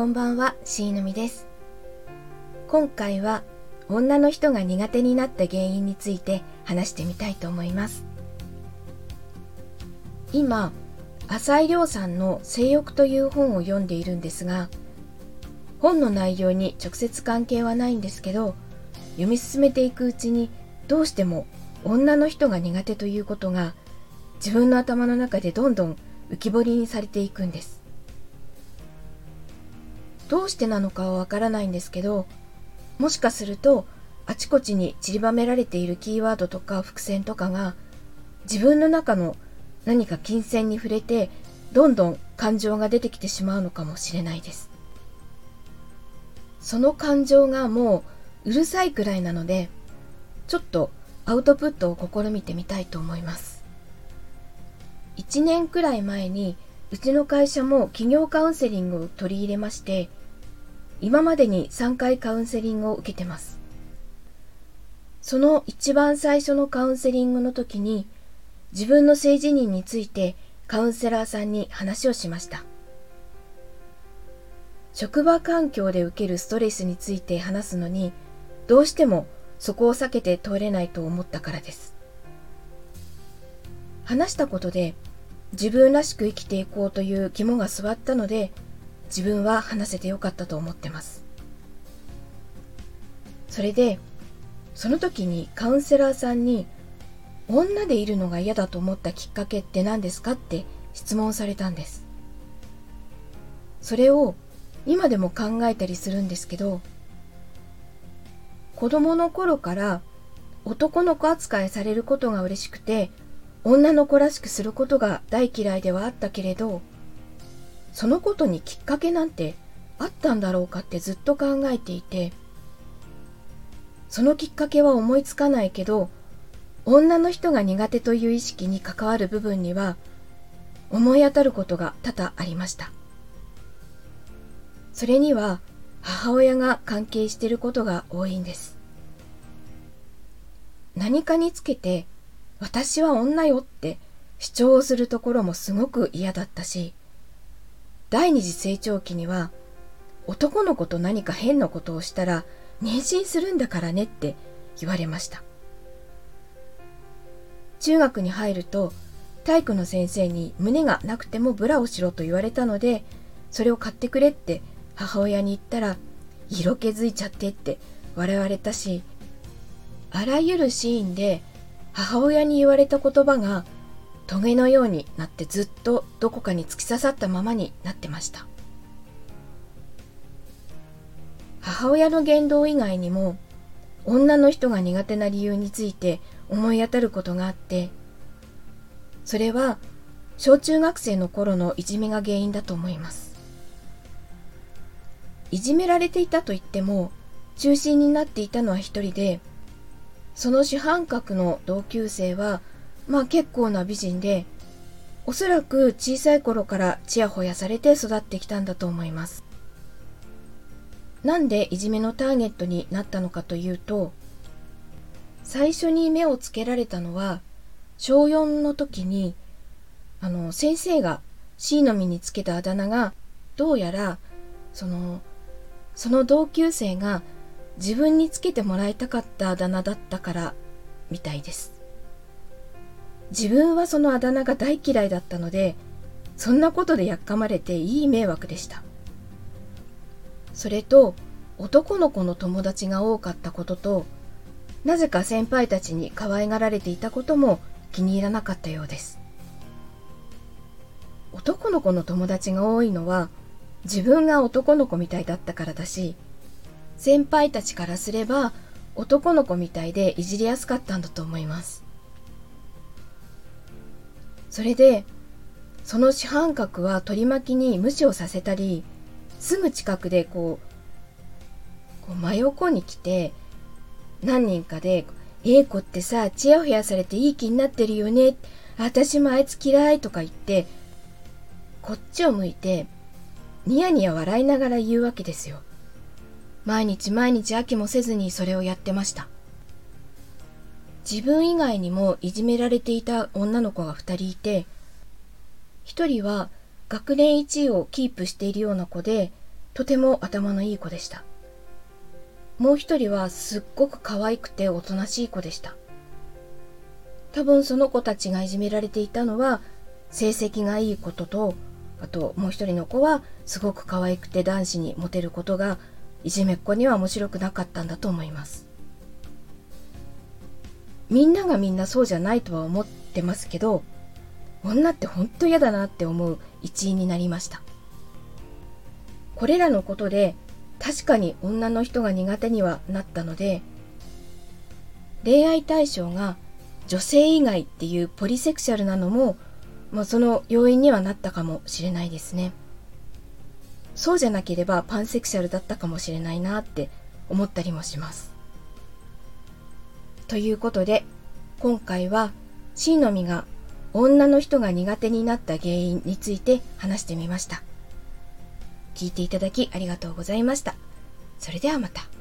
こんばんは、しーのみです。今回は女の人が苦手になった原因について話してみたいと思います。今、浅井亮さんの性欲という本を読んでいるんですが、本の内容に直接関係はないんですけど、読み進めていくうちにどうしても女の人が苦手ということが自分の頭の中でどんどん浮き彫りにされていくんです。どうしてなのかはわからないんですけど、もしかするとあちこちに散りばめられているキーワードとか伏線とかが自分の中の何か金線に触れてどんどん感情が出てきてしまうのかもしれないです。その感情がもううるさいくらいなので、ちょっとアウトプットを試みてみたいと思います。1年くらい前にうちの会社も企業カウンセリングを取り入れまして、今までに3回カウンセリングを受けてます。その一番最初のカウンセリングの時に、自分の性自認についてカウンセラーさんに話をしました。職場環境で受けるストレスについて話すのに、どうしてもそこを避けて通れないと思ったからです。話したことで、自分らしく生きていこうという肝が据わったので、自分は話せてよかったと思ってます。それで、その時にカウンセラーさんに、女でいるのが嫌だと思ったきっかけって何ですかって質問されたんです。それを今でも考えたりするんですけど、子供の頃から男の子扱いされることが嬉しくて、女の子らしくすることが大嫌いではあったけれど、そのことにきっかけなんてあったんだろうかってずっと考えていて、そのきっかけは思いつかないけど、女の人が苦手という意識に関わる部分には思い当たることが多々ありました。それには母親が関係していることが多いんです。何かにつけて私は女よって主張をするところもすごく嫌だったし、第二次成長期には男の子と何か変なことをしたら妊娠するんだからねって言われました。中学に入ると体育の先生に胸がなくてもブラをしろと言われたので、それを買ってくれって母親に言ったら色気づいちゃってって笑われたし、あらゆるシーンで母親に言われた言葉がトゲのようになってずっとどこかに突き刺さったままになってました。母親の言動以外にも女の人が苦手な理由について思い当たることがあって、それは小中学生の頃のいじめが原因だと思います。いじめられていたと言っても中心になっていたのは一人で、その主犯格の同級生は結構な美人で、おそらく小さい頃からちやほやされて育ってきたんだと思います。なんでいじめのターゲットになったのかというと、最初に目をつけられたのは小4の時に先生が C の実につけたあだ名が、どうやらその同級生が自分につけてもらいたかったあだ名だったからみたいです。自分はそのあだ名が大嫌いだったので、そんなことでやっかまれていい迷惑でした。それと男の子の友達が多かったことと、なぜか先輩たちに可愛がられていたことも気に入らなかったようです。男の子の友達が多いのは自分が男の子みたいだったからだし、先輩たちからすれば男の子みたいでいじりやすかったんだと思います。それでその主犯格は取り巻きに無視をさせたり、すぐ近くでこう真横に来て何人かで「子ってさ、ちやほやされていい気になってるよね、私もあいつ嫌い」とか言ってこっちを向いてニヤニヤ笑いながら言うわけですよ。毎日飽きもせずにそれをやってました。自分以外にもいじめられていた女の子が2人いて、1人は学年1位をキープしているような子で、 とても頭のいい子でした。もう一人はすっごく可愛くておとなしい子でした。多分その子たちがいじめられていたのは成績がいいことと、あともう一人の子はすごく可愛くて男子にモテることがいじめっ子には面白くなかったんだと思います。みんながみんなそうじゃないとは思ってますけど、女って本当嫌だなって思う一因になりました。これらのことで確かに女の人が苦手にはなったので、恋愛対象が女性以外っていうポリセクシャルなのも、その要因にはなったかもしれないですね。そうじゃなければパンセクシャルだったかもしれないなって思ったりもします。ということで、今回はシイの実が女の人が苦手になった原因について話してみました。聞いていただきありがとうございました。それではまた。